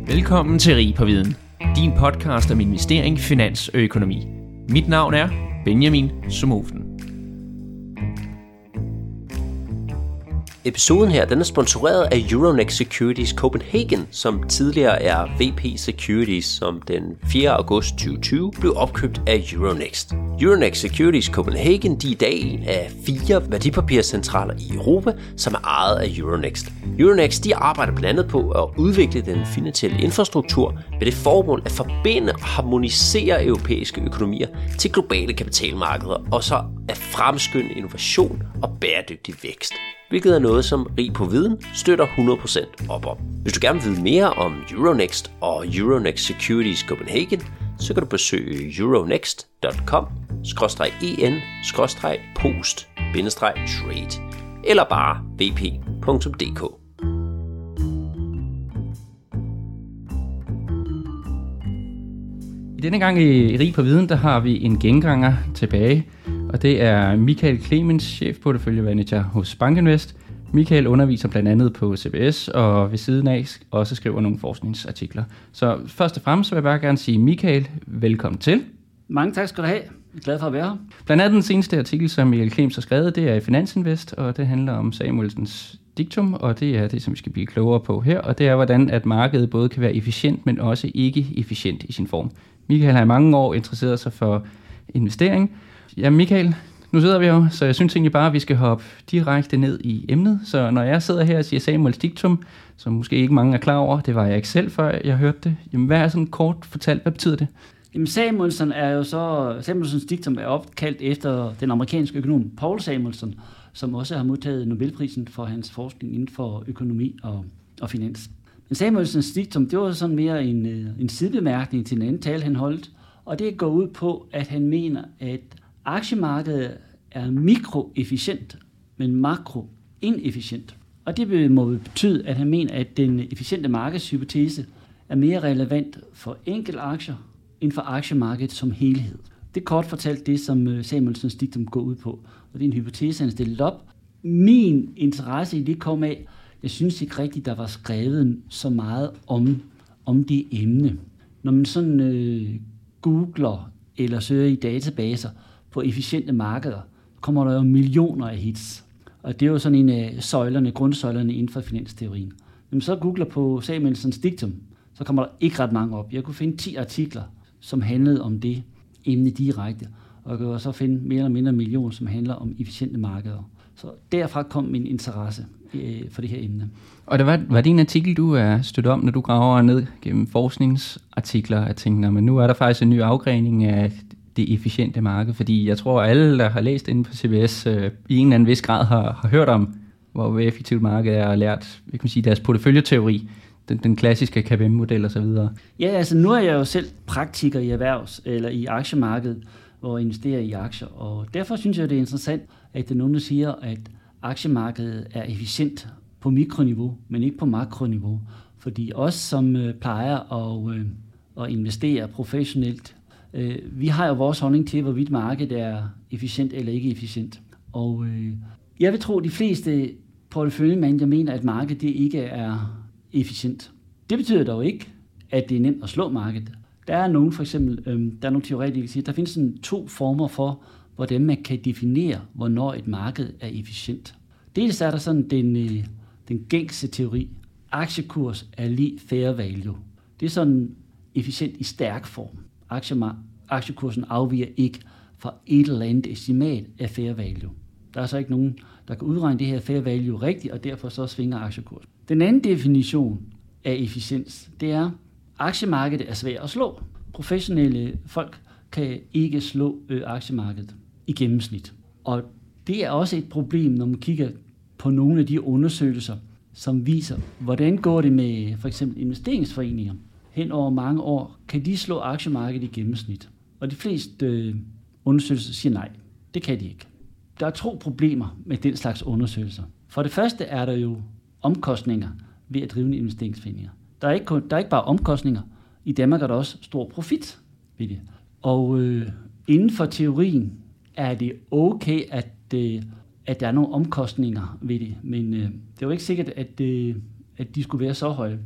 Velkommen til Rig på Viden, din podcast om investering, finans og økonomi. Mit navn er Benjamin Somofen. Episoden her den er sponsoreret af Euronext Securities Copenhagen, som tidligere er VP Securities, som den 4. august 2020 blev opkøbt af Euronext. Euronext Securities Copenhagen de er i dag en af 4 værdipapircentraler i Europa, som er ejet af Euronext. Euronext de arbejder blandt andet på at udvikle den finansielle infrastruktur med det formål at forbinde og harmonisere europæiske økonomier til globale kapitalmarkeder, og så at fremskynde innovation og bæredygtig vækst, hvilket er noget, som Rig på Viden støtter 100% op om. Hvis du gerne vil vide mere om Euronext og Euronext Securities Copenhagen, så kan du besøge euronext.com/en/post-trade eller bare vp.dk. I denne gang i Rig på Viden, der har vi en genganger tilbage, og det er Michael Clemens, chefporteføljemanager hos BankInvest. Michael underviser blandt andet på CBS, og ved siden af også skriver nogle forskningsartikler. Så først og fremmest vil jeg bare gerne sige, Michael, velkommen til. Mange tak skal du have. Jeg er glad for at være her. Blandt andet den seneste artikel, som Michael Clemens har skrevet, det er i Finansinvest, og det handler om Samuelsens diktum, og det er det, som vi skal blive klogere på her, og det er, hvordan at markedet både kan være efficient, men også ikke efficient i sin form. Michael har i mange år interesseret sig for investering. Ja, Michael, nu sidder vi jo, så jeg synes egentlig bare, at vi skal hoppe direkte ned i emnet. Så når jeg sidder her og siger Samuels diktum, som måske ikke mange er klar over, det var jeg ikke selv, før jeg hørte det. Jamen, hvad er sådan kort fortalt, hvad betyder det? Jamen, Samuelsens diktum er opkaldt efter den amerikanske økonom Paul Samuelson, som også har modtaget Nobelprisen for hans forskning inden for økonomi og finans. Men Samuelsens diktum, det var sådan mere en sidebemærkning til en anden tale, han holdt, og det går ud på, at han mener, at aktiemarkedet er mikroefficient, men makroinefficient. Og det må betyde, at han mener, at den efficiente markedshypotese er mere relevant for enkelte aktier end for aktiemarkedet som helhed. Det er kort fortalt det, som Samuelsens diktum går ud på. Og det er en hypotese, han stillede op. Min interesse i det kom af, jeg synes ikke rigtigt, der var skrevet så meget om det emne. Når man sådan googler eller søger i databaser på efficiente markeder, kommer der jo millioner af hits. Og det er jo sådan en af grundsøjlerne inden for finansteorien. Når man så googler på Samuelsens diktum, så kommer der ikke ret mange op. Jeg kunne finde 10 artikler, som handlede om det emne direkte, og jeg kunne så finde mere eller mindre millioner, som handler om efficiente markeder. Så derfra kom min interesse for det her emne. Og var det en artikel, du er stødt om, når du graver ned gennem forskningsartikler? Jeg tænkte, men nu er der faktisk en ny afgrening af det efficiente marked, fordi jeg tror, at alle, der har læst inde på CBS, i en eller anden vis grad har hørt om, hvor effektivt markedet er, og lært deres porteføljeteori, den klassiske KPM-model og så videre. Ja, altså nu er jeg jo selv praktiker i eller i aktiemarkedet, hvor jeg investerer i aktier, og derfor synes jeg, det er interessant, at der er nogen, der siger, at aktiemarkedet er efficient på mikroniveau, men ikke på makroniveau. Fordi os, som plejer at investere professionelt, vi har jo vores holdning til, hvorvidt markedet er efficient eller ikke efficient. Og jeg vil tro, at de fleste porteføljemanager mener, at markedet det ikke er efficient. Det betyder dog ikke, at det er nemt at slå markedet. Der er nogle, for eksempel, der er nogle teoretikere, der siger, der findes sådan 2 former for, hvordan man kan definere, hvornår et marked er efficient. Dels er der sådan den gængse teori. Aktiekurs er lig fair value. Det er sådan efficient i stærk form. Aktiekursen afviger ikke fra et eller andet estimat af fair value. Der er så ikke nogen, der kan udregne det her fair value rigtigt, og derfor så svinger aktiekursen. Den anden definition af efficiens, det er, aktiemarkedet er svært at slå. Professionelle folk kan ikke slå aktiemarkedet i gennemsnit. Og det er også et problem, når man kigger på nogle af de undersøgelser, som viser, hvordan går det med for eksempel investeringsforeninger. Hen over mange år kan de slå aktiemarkedet i gennemsnit. Og de fleste undersøgelser siger nej, det kan de ikke. Der er 2 problemer med den slags undersøgelser. For det første er der jo omkostninger ved at drive en investeringsforening. Der er ikke bare omkostninger. I Danmark er der også stor profit ved det. Og inden for teorien er det okay, at der er nogle omkostninger ved det. Men det er jo ikke sikkert, at de skulle være så høje.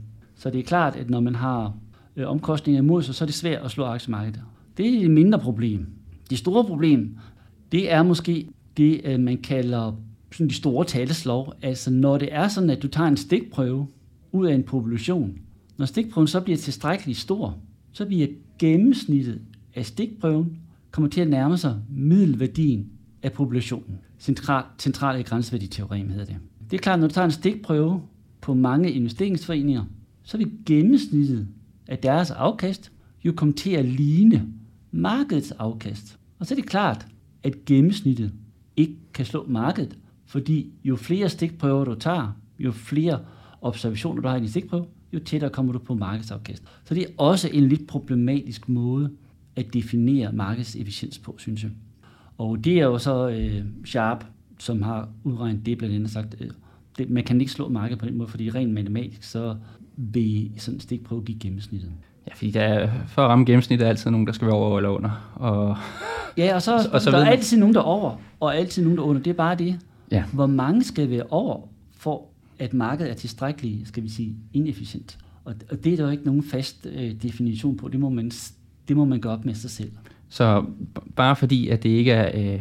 Så det er klart, at når man har omkostninger imod sig, så er det svært at slå aktiemarkedet. Det er et mindre problem. Det store problem, det er måske det, man kalder sådan de store talslov. Altså når det er sådan, at du tager en stikprøve ud af en population, når stikprøven så bliver tilstrækkeligt stor, så bliver gennemsnittet af stikprøven kommer til at nærme sig middelværdien af populationen. Centrale grænseværdi-teorem hedder det. Det er klart, når du tager en stikprøve på mange investeringsforeninger, så vil gennemsnittet af deres afkast jo komme til at ligne markedets afkast. Og så er det klart, at gennemsnittet ikke kan slå markedet, fordi jo flere stikprøver du tager, jo flere observationer du har i din stikprøve, jo tættere kommer du på markedsafkast. Så det er også en lidt problematisk måde at definere markedsefficiens på, synes jeg. Og det er jo så Sharpe, som har udregnet det, blandt andet sagt, man kan ikke slå markedet på den måde, fordi rent matematisk, så vil sådan en stikprøve give gennemsnittet. Ja, fordi for at ramme gennemsnittet er altid nogen, der skal være over eller under. Ja, og så der er altid nogen, der er over, og altid nogen, der er under. Det er bare det. Ja. Hvor mange skal være over, for at markedet er tilstrækkeligt, skal vi sige, inefficient. Og det er der jo ikke nogen fast definition på. Det må man gøre op med sig selv. Så bare fordi, at det ikke er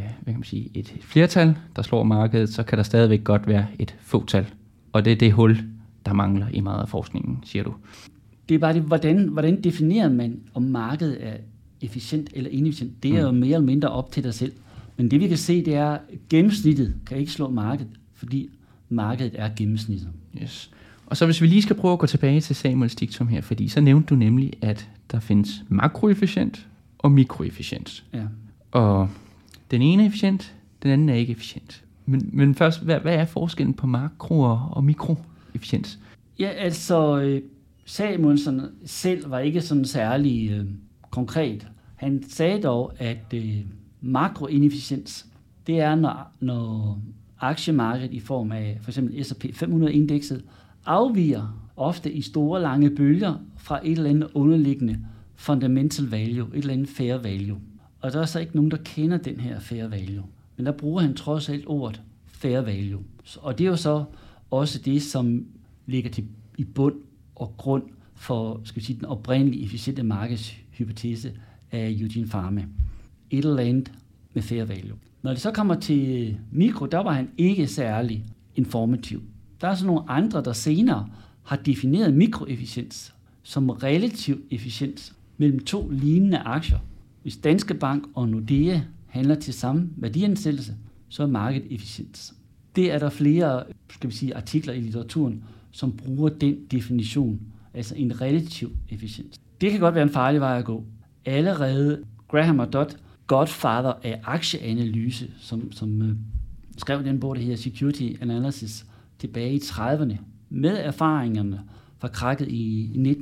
et flertal, der slår markedet, så kan der stadigvæk godt være et fåtal. Og det er det hul, der mangler i meget af forskningen, siger du. Det er bare det, hvordan definerer man, om markedet er efficient eller inefficient? Det er jo mere eller mindre op til dig selv. Men det vi kan se, det er, at gennemsnittet kan ikke slå markedet, fordi markedet er gennemsnittet. Yes. Og så hvis vi lige skal prøve at gå tilbage til Samuels diktum her, fordi så nævnte du nemlig, at der findes makroefficient og mikroefficient. Ja. Og den ene er efficient, den anden er ikke efficient. Men først, hvad er forskellen på makro- og mikroefficiens? Ja, altså Samuelsen selv var ikke sådan særlig konkret. Han sagde dog, at makroinefficiens, det er, når aktiemarkedet i form af for eksempel S&P 500-indekset afviger ofte i store lange bølger fra et eller andet underliggende fundamental value, et eller andet fair value. Og der er så ikke nogen, der kender den her fair value. Men der bruger han trods alt ordet fair value. Og det er jo så også det, som ligger i bund og grund for, skal vi sige, den oprindelige efficiente markedshypotese af Eugene Fama. Et eller andet med fair value. Når det så kommer til mikro, der var han ikke særlig informativ. Der er så nogle andre, der senere har defineret mikroefficiens som relativ efficiens mellem to lignende aktier. Hvis Danske Bank og Nordea handler til samme værdiansættelse, så er markedet efficiens. Det er der flere, skal vi sige, artikler i litteraturen, som bruger den definition, altså en relativ efficiens. Det kan godt være en farlig vej at gå. Allerede Graham og Dodd, godfather af aktieanalyse, som skrev den bog, der hedder Security Analysis, tilbage i 30'erne, med erfaringerne fra krakket i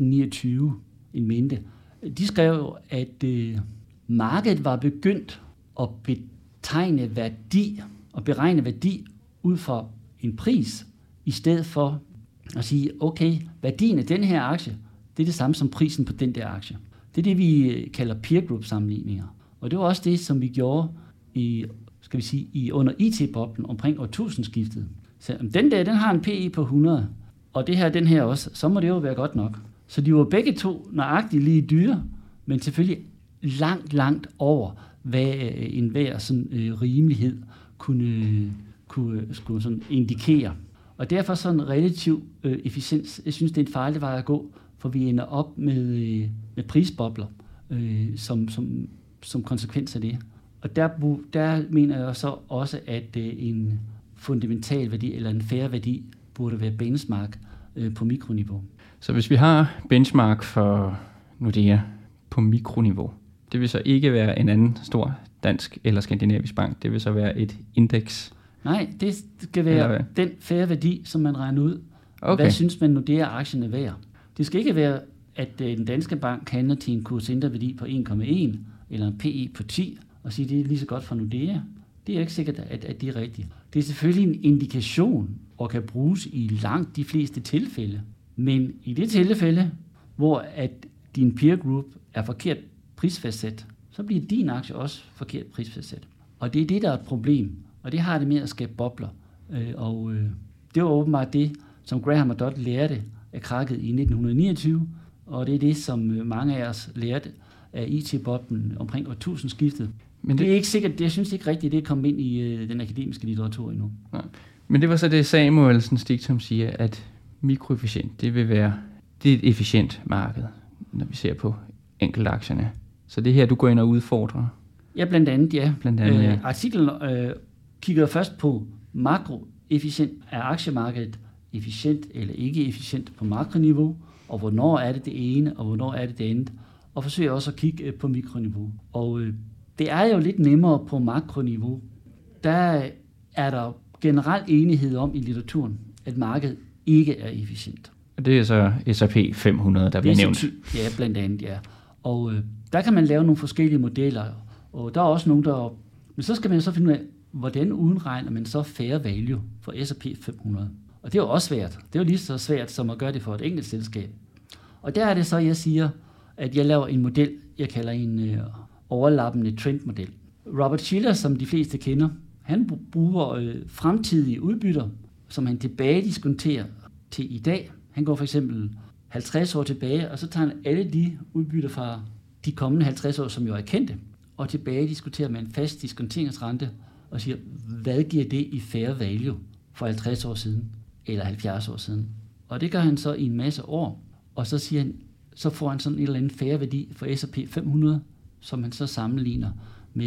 1929 in mente. De skrev, at markedet var begyndt at betegne værdi og beregne værdi ud fra en pris, i stedet for at sige, okay, værdien af den her aktie, det er det samme som prisen på den der aktie. Det er det, vi kalder peer group sammenligninger. Og det var også det, som vi gjorde under IT-boblen omkring årtusindskiftet. Så den der, den har en PE på 100, og det her, den her også, så må det jo være godt nok. Så de var begge to nøjagtigt lige dyre, men selvfølgelig langt over, hvad enhver sådan rimelighed skulle sådan indikere. Og derfor sådan relativ efficiens, jeg synes, det er en farlig vej at gå, for vi ender op med prisbobler som konsekvens af det. Og der mener jeg så også, at en fundamental værdi eller en fair værdi burde være benchmark på mikroniveau. Så hvis vi har benchmark for Nordea på mikroniveau, det vil så ikke være en anden stor dansk eller skandinavisk bank, det vil så være et indeks? Nej, det skal være den fair værdi, som man regner ud. Okay. Hvad synes man Nordea-aktien er værd? Det skal ikke være, at den danske bank handler til en kursinterværdi på 1,1 eller en PE på 10 og sige, at det er lige så godt for Nordea. Det er ikke sikkert, at det er rigtigt. Det er selvfølgelig en indikation og kan bruges i langt de fleste tilfælde. Men i det tilfælde, hvor at din peer group er forkert prisfastsat, så bliver din aktie også forkert prisfastsat. Og det er det, der er et problem. Og det har det med at skabe bobler. Og det var åbenbart det, som Graham og Dodd lærte krakket i 1929, og det er det, som mange af os lærte af IT-boblen omkring årtusindskiftet. Men det er ikke sikkert, jeg synes ikke rigtigt, det er kommet ind i den akademiske litteratur endnu. Nej. Men det var så det, Samuelsens diktum siger, at mikroefficient, det er et efficient marked, når vi ser på enkeltaktierne. Så det her, du går ind og udfordrer? Ja, blandt andet, ja. Artiklen kigger først på makroefficient. Er aktiemarkedet efficient eller ikke efficient på makroniveau? Og hvornår er det ene, og hvornår er det andet? Og forsøger også at kigge på mikroniveau. Og det er jo lidt nemmere på makroniveau. Der er der generelt enighed om i litteraturen, at markedet ikke er efficient. Og det er så S&P 500, der bliver nævnt? Ja, blandt andet, ja. Og der kan man lave nogle forskellige modeller, og der er også nogle, der... Men så skal man så finde ud af, hvordan udregner man så fair value for S&P 500. Og det er jo også svært. Det er jo lige så svært som at gøre det for et enkelt selskab. Og der er det så, jeg siger, at jeg laver en model, jeg kalder en overlappende trendmodel. Robert Shiller, som de fleste kender, han bruger fremtidige udbytter, som han tilbagediskonterer til i dag. Han går for eksempel 50 år tilbage, og så tager han alle de udbytter fra de kommende 50 år, som jo er kendte, og tilbagediskonterer med en fast diskonteringsrente, og siger, hvad giver det i fair value for 50 år siden, eller 70 år siden. Og det gør han så i en masse år, og så siger han, så får han sådan en eller anden fair værdi for S&P 500, som han så sammenligner med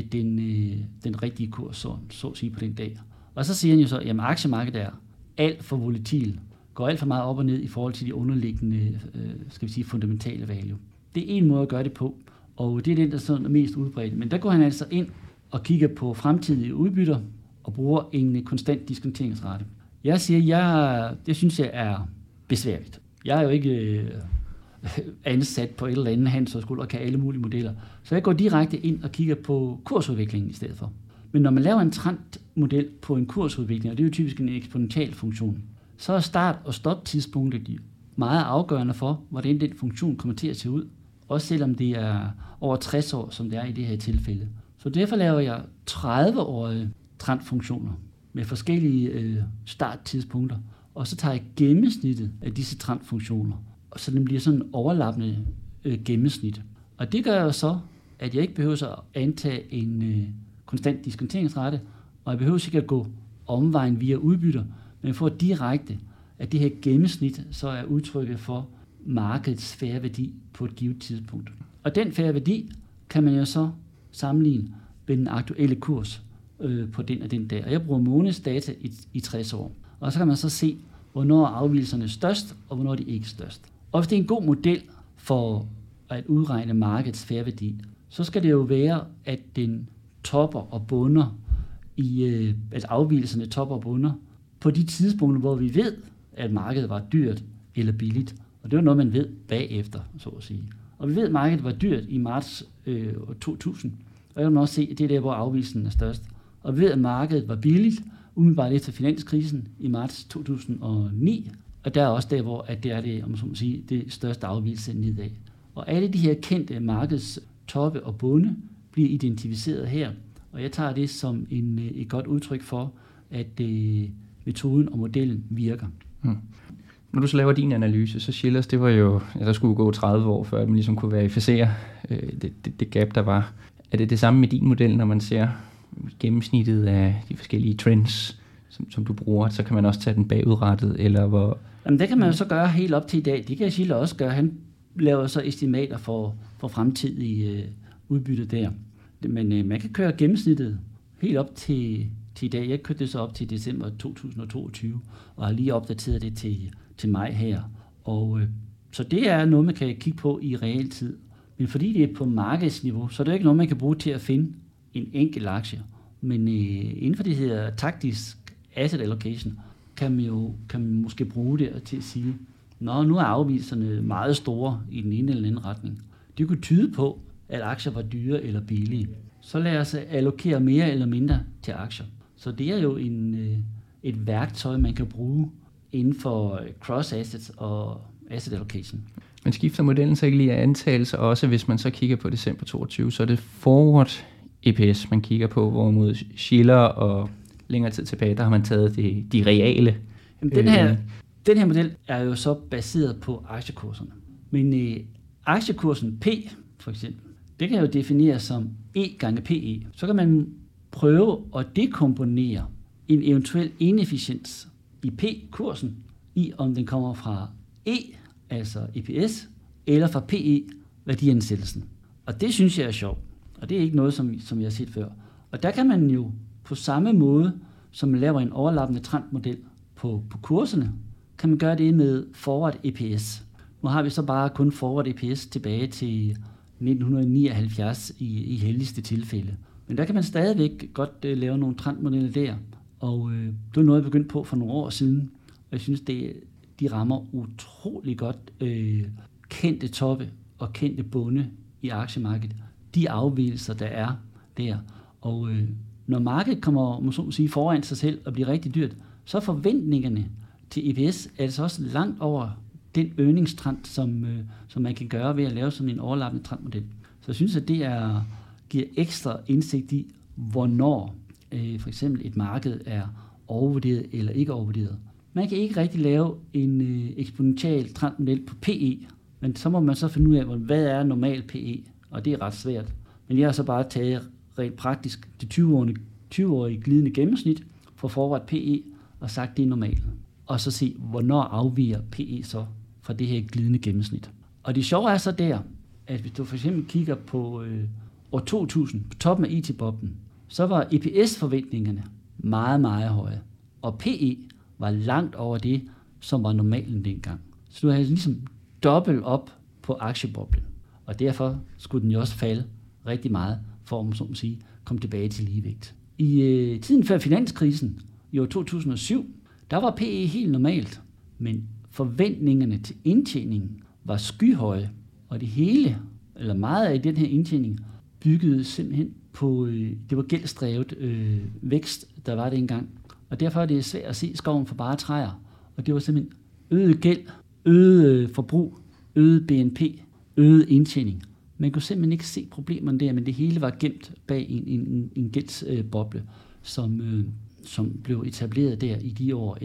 den rigtige kurs, så at sige på den dag. Og så siger han jo så, at aktiemarkedet er alt for volatil, går alt for meget op og ned i forhold til de underliggende, skal vi sige, fundamentale value. Det er en måde at gøre det på, og det er den, der sådan er mest udbredt. Men der går han altså ind og kigger på fremtidige udbytter og bruger en konstant diskonteringsrate. Jeg siger, det synes jeg er besværligt. Jeg er jo ikke ansat på et eller andet handelshøjskole og kan alle mulige modeller. Så jeg går direkte ind og kigger på kursudviklingen i stedet for. Men når man laver en trendmodel på en kursudvikling, og det er jo typisk en eksponential funktion, så er start- og stoptidspunktet meget afgørende for, hvordan den funktion kommer til at se ud. Også selvom det er over 60 år, som det er i det her tilfælde. Så derfor laver jeg 30-årige trendfunktioner med forskellige starttidspunkter, og så tager jeg gennemsnittet af disse trendfunktioner, og så den bliver sådan en overlappende gennemsnit. Og det gør jo så, at jeg ikke behøver at antage en konstant diskonteringsrate, og jeg behøver ikke at gå omvejen via udbytter, men jeg får direkte, at det her gennemsnit så er udtrykket for markedets fair værdi på et givet tidspunkt. Og den fair værdi kan man jo så sammenligne med den aktuelle kurs på den og den dag. Og jeg bruger månedsdata i 60 år. Og så kan man så se, hvornår afvigelserne er størst, og hvornår de ikke er størst. Og hvis det er en god model for at udregne markedets fair værdi, så skal det jo være, at den topper og bunder at afvigelserne topper og bunder på de tidspunkter, hvor vi ved, at markedet var dyrt eller billigt. Og det var noget, man ved bagefter, så at sige. Og vi ved, at markedet var dyrt i marts 2000. Og jeg kan også se, at det er der, hvor afvigelsen er størst. Og vi ved, at markedet var billigt, umiddelbart efter finanskrisen i marts 2009. Og der er også der, hvor at det er det, om så må sige, det største afvigelse nedad. Og alle de her kendte markeds toppe og bunde bliver identificeret her. Og jeg tager det som et godt udtryk for, at metoden og modellen virker. Når du så laver din analyse, så Shillers, det var jo, der skulle gå 30 år, før man ligesom kunne verificere det gap, der var. Er det det samme med din model, når man ser gennemsnittet af de forskellige trends, som du bruger, så kan man også tage den bagudrettet, eller hvor? Jamen det kan man jo så gøre helt op til i dag. Det kan Shiller også gøre. Han laver så estimater for fremtidige udbytte der. Men man kan køre gennemsnittet helt op til i dag. Jeg kørte det så op til december 2022, og har lige opdateret det til maj her. Og så det er noget, man kan kigge på i realtid. Men fordi det er på markedsniveau, så er det ikke noget, man kan bruge til at finde en enkelt aktie. Men inden for det her taktisk asset allocation, kan man måske bruge det til at sige, nu er afvigelserne meget store i den ene eller anden retning. Det kunne tyde på, at aktier var dyre eller billige. Så lad os allokere mere eller mindre til aktier. Så det er jo et værktøj, man kan bruge inden for cross-assets og asset allocation. Men skifter modellen så ikke lige af antagelser også, hvis man så kigger på december 22, så er det forward EPS, man kigger på, hvorimod Shiller og længere tid tilbage, der har man taget de reale. Jamen, den her Den her model er jo så baseret på aktiekurserne. Men aktiekursen P, for eksempel, det kan jo defineres som E gange PE. Så kan man prøve at dekomponere en eventuel inefficiens i P-kursen, i om den kommer fra E, altså EPS, eller fra PE, værdiansættelsen. Og det synes jeg er sjovt, og det er ikke noget, som jeg har set før. Og der kan man jo på samme måde, som man laver en overlappende trendmodel på kurserne, kan man gøre det med forward EPS. Nu har vi så bare kun forward EPS tilbage til 1979 i heldigste tilfælde. Men der kan man stadigvæk godt lave nogle trendmodeller der, og det var noget, jeg begyndte på for nogle år siden, og jeg synes, de rammer utrolig godt kendte toppe og kendte bunde i aktiemarkedet. De afvigelser, der er der. Og når markedet kommer, må så sige, foran sig selv og bliver rigtig dyrt, så er forventningerne til EPS altså også langt over den earningstrend, som man kan gøre ved at lave sådan en overlappende trendmodel. Så jeg synes, at det giver ekstra indsigt i, hvornår for eksempel et marked er overvurderet eller ikke overvurderet. Man kan ikke rigtig lave en eksponentiel trendmodel på PE, men så må man så finde ud af, hvad er normal PE, og det er ret svært. Men jeg har så bare taget rent praktisk det 20-årige glidende gennemsnit for forward PE og sagt, det er normalt. Og så se, hvornår afviger PE så fra det her glidende gennemsnit. Og det sjove er så der, at hvis du for eksempel kigger på år 2000, på toppen af IT-boblen, så var EPS-forventningerne meget, meget høje. Og PE var langt over det, som var normalen dengang. Så du havde ligesom dobbelt op på aktieboblen. Og derfor skulle den jo også falde rigtig meget, for at som sige, komme tilbage til ligevægt. I tiden før finanskrisen, i år 2007, der var PE helt normalt, men forventningerne til indtjeningen var skyhøje, og det hele, eller meget af den her indtjening, byggede simpelthen på, det var gældsdrevet vækst, der var det engang. Og derfor er det svært at se skoven for bare træer. Og det var simpelthen øget gæld, øget forbrug, øget BNP, øget indtjening. Man kunne simpelthen ikke se problemerne der, men det hele var gemt bag en gældsboble, som blev etableret der i de år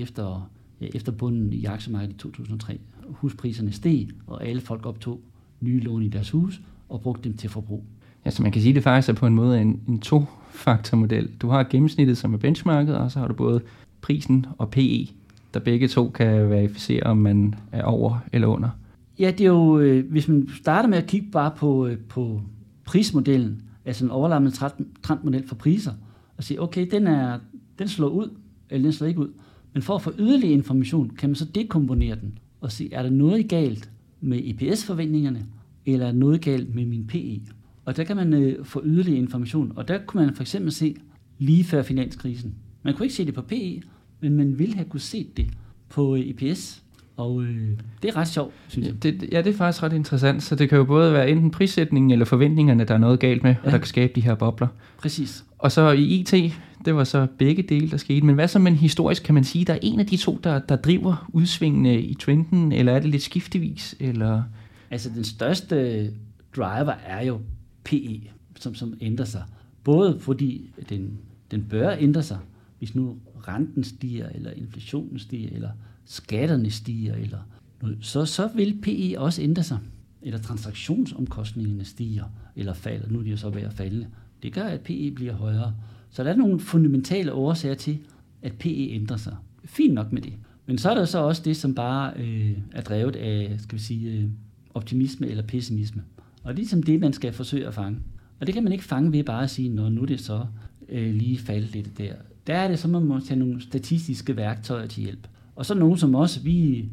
efter bunden i aktiemarkedet i 2003. Huspriserne steg, og alle folk optog nye lån i deres hus og brugte dem til forbrug. Ja, så man kan sige, det faktisk er på en måde en to-faktor-model. Du har gennemsnittet, som er benchmarket, og så har du både prisen og PE, der begge to kan verificere, om man er over eller under. Ja, det er jo, hvis man starter med at kigge bare på prismodellen, altså en overlappende trendmodel for priser, og sige, okay, den slår ud, eller den slår ikke ud. Men for at få yderligere information, kan man så dekomponere den, og se, er der noget galt med EPS-forventningerne, eller er der noget galt med min PE? Og der kan man få yderligere information, og der kunne man for eksempel se lige før finanskrisen. Man kunne ikke se det på PE, men man ville have kunne se det på EPS. Og det er ret sjovt, synes jeg. Det er faktisk ret interessant, så det kan jo både være enten prissætningen eller forventningerne, der er noget galt med, og der kan skabe de her bobler. Præcis. Og så i IT, det var så begge dele, der skete. Men hvad så med historisk, kan man sige, der er en af de to, der driver udsvingene i trenden, eller er det lidt skiftevis? Eller? Altså den største driver er jo PE, som ændrer sig. Både fordi den bør ændre sig, hvis nu renten stiger, eller inflationen stiger, eller skatterne stiger, eller noget, så vil PE også ændre sig. Eller transaktionsomkostningerne stiger, eller falder. Nu er de jo så ved at falde. Det gør, at PE bliver højere. Så der er nogle fundamentale årsager til, at PE ændrer sig. Fint nok med det. Men så er der så også det, som bare er drevet af, skal vi sige, optimisme eller pessimisme. Og det er ligesom det, man skal forsøge at fange. Og det kan man ikke fange ved bare at sige, nu er det så lige faldet lidt der. Der er det så, man må tage nogle statistiske værktøjer til hjælp. Og så nogen som os,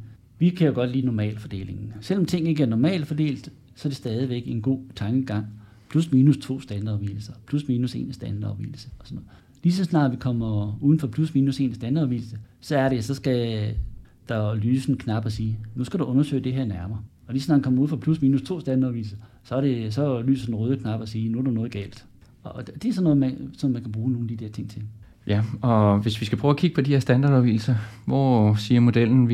vi kan jo godt lide normalfordelingen. Selvom ting ikke er normalt fordelt, så er det stadigvæk en god tankegang. Plus minus 2 standardafvigelser, plus minus 1 standardafvigelse og sådan noget. Lige så snart vi kommer uden for plus minus 1 standardafvigelse, så skal der lyse en knap og sige, nu skal du undersøge det her nærmere. Og lige så snart man kommer ud fra plus minus 2 standardafvigelse, så lyser den røde knap og sige, nu er der noget galt. Og det er sådan noget, som man kan bruge nogle af de der ting til. Ja, og hvis vi skal prøve at kigge på de her standardafvigelser, hvor siger modellen,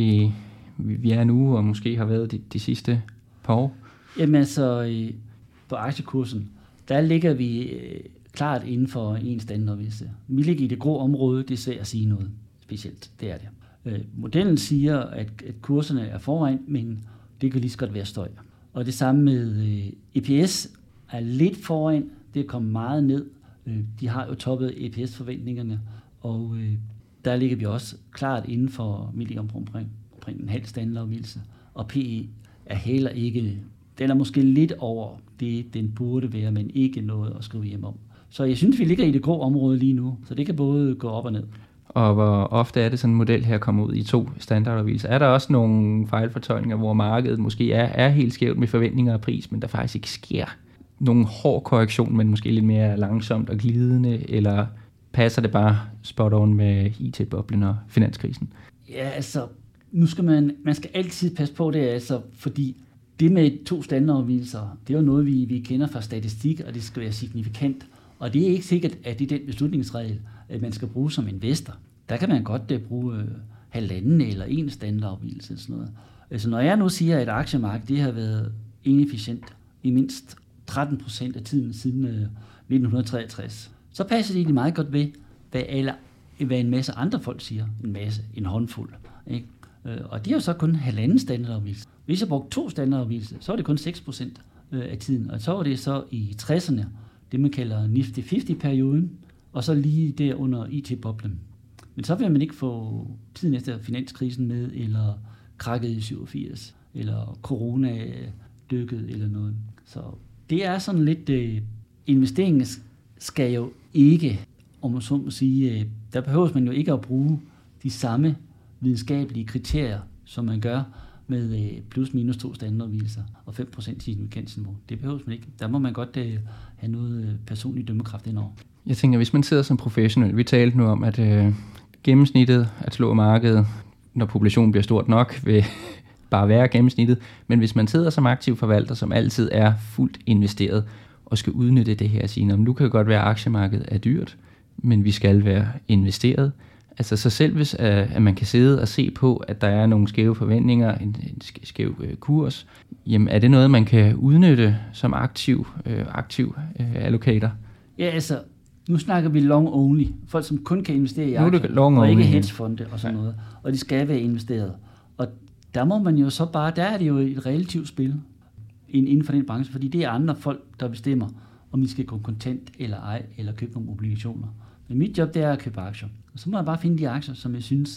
vi er nu, og måske har været de sidste par år? Jamen altså, på aktiekursen, der ligger vi klart inden for en standardafvigelse. Vi ligger i det grå område, det er svært at sige noget specielt, det er det. Modellen siger, at kurserne er foran, men det kan lige så godt være støj. Og det samme med EPS er lidt foran, det er kommet meget ned. De har jo toppet EPS-forventningerne, og der ligger vi også klart inden for omkring en halv standardafvigelse. Og PE er heller ikke, den er måske lidt over det, den burde være, men ikke noget at skrive hjem om. Så jeg synes, vi ligger i det grå område lige nu, så det kan både gå op og ned. Og hvor ofte er det sådan en model her kommer ud i 2 standardafvigelser? Er der også nogle fejlfortolkninger, hvor markedet måske er helt skævt med forventninger og pris, men der faktisk ikke sker nogen hård korrektion, men måske lidt mere langsomt og glidende, eller passer det bare spot on med IT-boblen og finanskrisen? Ja, altså, nu skal man skal altid passe på det, altså, fordi det med 2 standardafvigelser, det er jo noget, vi kender fra statistik, og det skal være signifikant. Og det er ikke sikkert, at det er den beslutningsregel, at man skal bruge som investor. Der kan man godt bruge halvanden eller 1 standardafvigelse eller sådan noget. Altså, når jeg nu siger, at aktiemarkedet det har været inefficient i mindst 13% af tiden siden 1963, så passer det egentlig meget godt ved, hvad en masse andre folk siger. En håndfuld. Ikke? Og det er jo så kun halvanden standardafvigelse. Hvis jeg brugte 2 standardafvigelser, så er det kun 6% af tiden. Og så var det så i 60'erne, det man kalder Nifty 50-perioden, og så lige der under IT-boblen. Men så vil man ikke få tiden efter finanskrisen med, eller krakket i 87, eller corona-dykket eller noget. Så det er sådan lidt, investeringen skal jo ikke, om man så må sige, der behøver man jo ikke at bruge de samme videnskabelige kriterier, som man gør med plus minus 2 standardafvigelser og 5% signifikantsniveau. Det behøver man ikke. Der må man godt have noget personlig dømmekraft indover. Jeg tænker, hvis man sidder som professionel, vi talte nu om, at gennemsnittet at slå markedet, når populationen bliver stort nok, vil bare være gennemsnittet. Men hvis man sidder som aktiv forvalter, som altid er fuldt investeret, og skal udnytte det her og sige, nu kan det godt være, at aktiemarkedet er dyrt, men vi skal være investeret. Altså så selv hvis at man kan sidde og se på, at der er nogle skæve forventninger, en skæv kurs, jamen er det noget, man kan udnytte som aktiv allocator? Ja, altså nu snakker vi long only. Folk, som kun kan investere i aktier, og ikke hedgefonde og sådan noget. Og de skal være investeret. Og der må man jo så bare, der er det jo et relativt spil inden for den branche, fordi det er andre folk, der bestemmer, om de skal gå kontant eller ej, eller købe nogle obligationer. Men mit job, det er at købe aktier. Og så må jeg bare finde de aktier, som jeg synes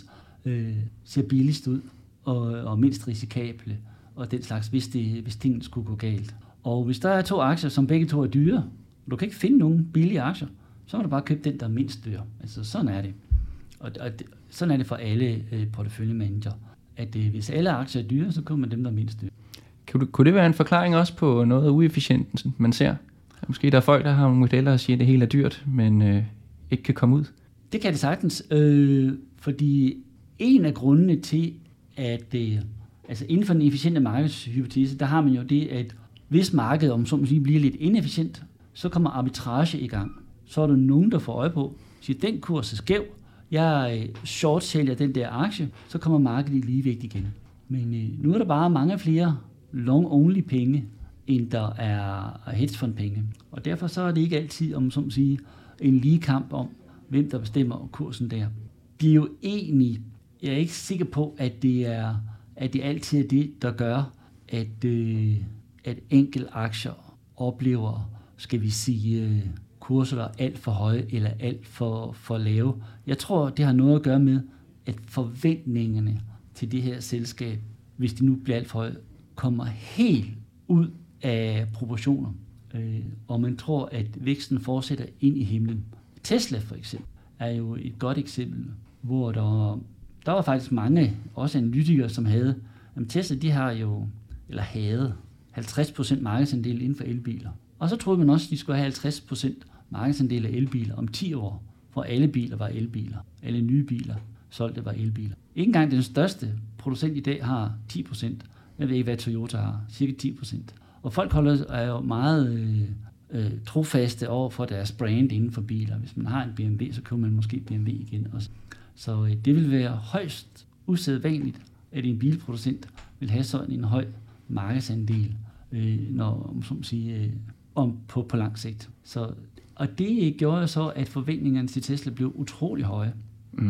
ser billigst ud, og mindst risikable, og den slags, hvis tingene skulle gå galt. Og hvis der er 2 aktier, som begge 2 er dyre, og du kan ikke finde nogen billige aktier, så må du bare købe den, der er mindst dyr. Altså sådan er det. Og sådan er det for alle porteføljemanager, at hvis alle aktier er dyre, så køber man dem, der er mindst dyre. Kunne det være en forklaring også på noget af uefficienten, man ser? Måske der er folk, der har nogle modeller og siger, at det hele er dyrt, men ikke kan komme ud? Det kan det sagtens, fordi en af grundene til, at altså inden for den efficiente markedshypotese, der har man jo det, at hvis markedet, om så må sige, bliver lidt inefficient, så kommer arbitrage i gang. Så er der nogen, der får øje på, siger, den kurs er skæv, jeg short-sælger den der aktie, så kommer markedet i ligevægt igen. Men nu er der bare mange flere long-only penge, end der er hedgefondpenge. Og derfor så er det ikke altid, om så må sige, en lige kamp om, hvem der bestemmer kursen der. De er jo egentlig, jeg er ikke sikker på, at det altid er det, der gør, at enkelte aktier oplever, skal vi sige, kurser, der er alt for høje eller alt for lave. Jeg tror, det har noget at gøre med, at forventningerne til det her selskab, hvis de nu bliver alt for høje, kommer helt ud af proportioner. Og man tror, at væksten fortsætter ind i himlen. Tesla for eksempel er jo et godt eksempel, hvor der var faktisk mange, også analytikere, som havde, at Tesla de har jo, eller havde 50% markedsandel inden for elbiler. Og så troede man også, at de skulle have 50% markedsandel af elbiler om 10 år, for alle biler var elbiler. Alle nye biler solgte var elbiler. Ikke engang den største producent i dag har 10%. Jeg ved ikke, hvad Toyota har. Cirka 10%. Og folk er jo meget trofaste over for deres brand inden for biler. Hvis man har en BMW, så køber man måske BMW igen også. Så det vil være højst usædvanligt, at en bilproducent vil have sådan en høj markedsandel, når som sige, på lang sigt. Så, og det gjorde så, at forventningerne til Tesla blev utrolig høje. Mm.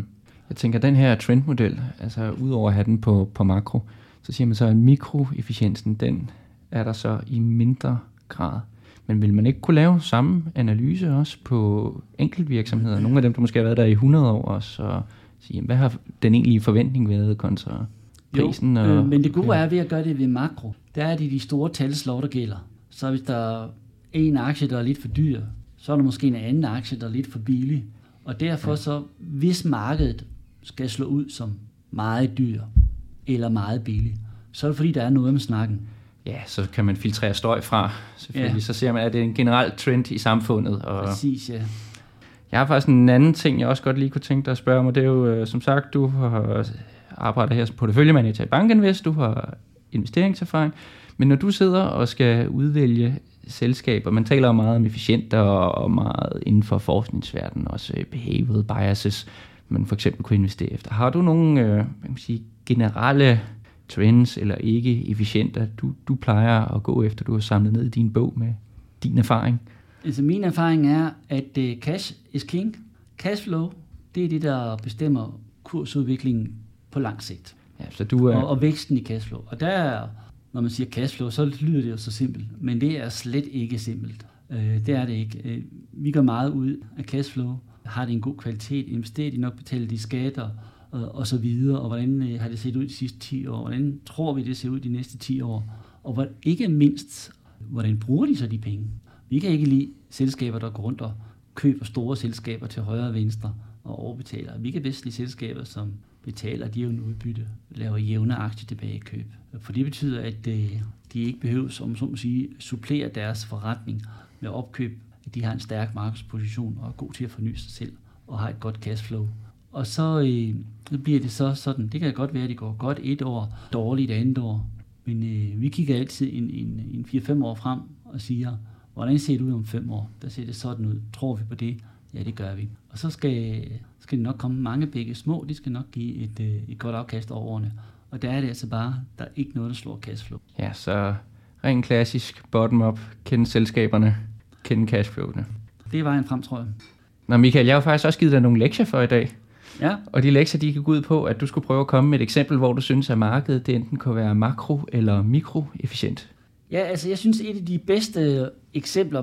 Jeg tænker, den her trendmodel, altså udover at have den på makro, så siger man så, at mikroefficiensen, den er der så i mindre grad. Men vil man ikke kunne lave samme analyse også på enkeltvirksomheder? Nogle af dem, der måske har været der i 100 år også, og sige, hvad har den egentlige forventning været kontra prisen? Men det gode er ved at gøre det ved makro. Der er det de store talslov, der gælder. Så hvis der er en aktie, der er lidt for dyr, så er der måske en anden aktie, der er lidt for billig. Og derfor så, hvis markedet skal slå ud som meget dyr eller meget billig, så er det fordi, der er noget med snakken. Ja, så kan man filtrere støj fra, selvfølgelig. Ja. Så ser man, at det er en generel trend i samfundet. Og præcis, ja. Jeg har faktisk en anden ting, jeg også godt lige kunne tænke dig at spørge om, og det er jo, som sagt, du har arbejdet her som porteføljemanager i BankInvest, du har investeringserfaring, men når du sidder og skal udvælge selskaber, man taler jo meget om efficienter og meget inden for forskningsverdenen, også behavioral biases, man for eksempel kunne investere efter. Har du nogle generelle trends eller ikke efficienter, du plejer at gå efter, du har samlet ned i din bog med din erfaring? Altså min erfaring er, at cash is king. Cashflow, det er det, der bestemmer kursudviklingen på lang sigt. Ja, så du er... og væksten i cashflow. Og der er, når man siger cashflow, så lyder det jo så simpelt, men det er slet ikke simpelt. Det er det ikke. Vi går meget ud af cashflow. Har det en god kvalitet? Investerer de nok? Betaler de skatter? Og så videre. Og hvordan har det set ud de sidste 10 år? Hvordan tror vi, det ser ud de næste 10 år? Og ikke mindst, hvordan bruger de så de penge? Vi kan ikke lide selskaber, der går rundt og køber store selskaber til højre og venstre og overbetaler. Vi kan bedst lide selskaber, som betaler jævn udbytte, laver jævne aktie tilbagekøb. For det betyder, at de ikke behøver, som så må sige, supplere deres forretning med opkøb. At de har en stærk markedsposition og er god til at forny sig selv og har et godt cashflow. Og så bliver det så sådan, det kan godt være, at det går godt et år, dårligt andet år. Men vi kigger altid en 4-5 år frem og siger, hvordan ser det ud om 5 år? Der ser det sådan ud. Tror vi på det? Ja, det gør vi. Og så skal det nok komme mange begge små. De skal nok give et godt afkast over årene. Og der er det altså bare, der er ikke noget, der slår cashflow. Ja, så rent klassisk bottom-up. Kende selskaberne, kende cashflowene. Det er vejen frem, tror jeg. Nå Michael, jeg har faktisk også givet dig nogle lektier for i dag. Ja. Og de lektier, de kan gå ud på, at du skulle prøve at komme med et eksempel, hvor du synes, at markedet det enten kan være makro- eller mikroefficient. Ja, altså jeg synes, et af de bedste eksempler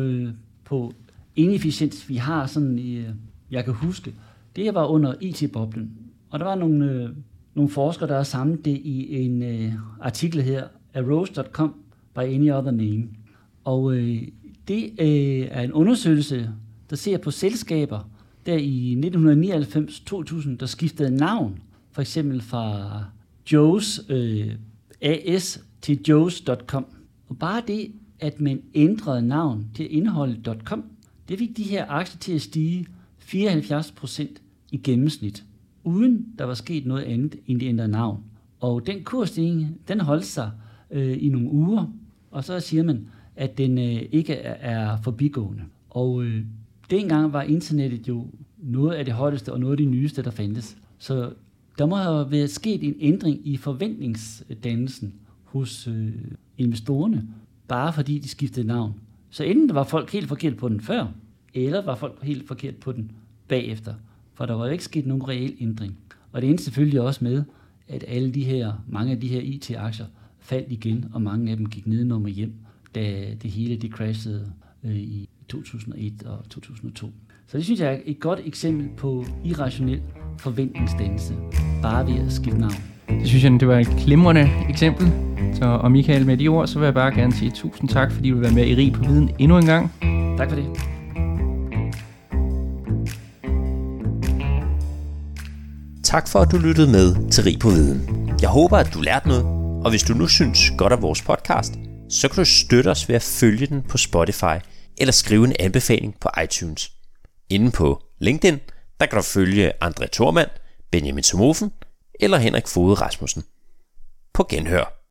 på inefficiens, vi har sådan, jeg kan huske, det var under IT-boblen. Og der var nogle forskere, der har samlet det i en artikel her, arose.com by any other name. Og det er en undersøgelse, der ser på selskaber, der i 1999-2000, der skiftede navn, for eksempel fra Joe's AS til Joe's.com. Og bare det, at man ændrede navn til indholdet.com, det fik de her aktier til at stige 74% i gennemsnit, uden der var sket noget andet, end de ændrede navn. Og den kursstigning, den holdt sig i nogle uger, og så siger man, at den ikke er forbigående. Og dengang var internettet jo noget af det højeste og noget af det nyeste, der fandtes. Så der må have været sket en ændring i forventningsdannelsen hos investorerne, bare fordi de skiftede navn. Så enten var folk helt forkert på den før, eller var folk helt forkert på den bagefter. For der var jo ikke sket nogen reel ændring. Og det endte selvfølgelig også med, at mange af de her IT-aktier faldt igen, og mange af dem gik nedenom og hjem, da det hele det crashede i 2001 og 2002. Så det synes jeg er et godt eksempel på irrationel forventningsdannelse, bare ved at skifte navn. Det synes jeg, det var et glimrende eksempel. Og Michael, med de ord, så vil jeg bare gerne sige tusind tak, fordi du vil være med i Rig på Viden endnu en gang. Tak for det. Tak for, at du lyttede med til Rig på Viden. Jeg håber, at du lærte noget, og hvis du nu synes godt af vores podcast, så kan du støtte os ved at følge den på Spotify, eller skrive en anbefaling på iTunes. Inde på LinkedIn, der kan du følge André Thormand, Benjamin Somofen eller Henrik Foged Rasmussen. På genhør.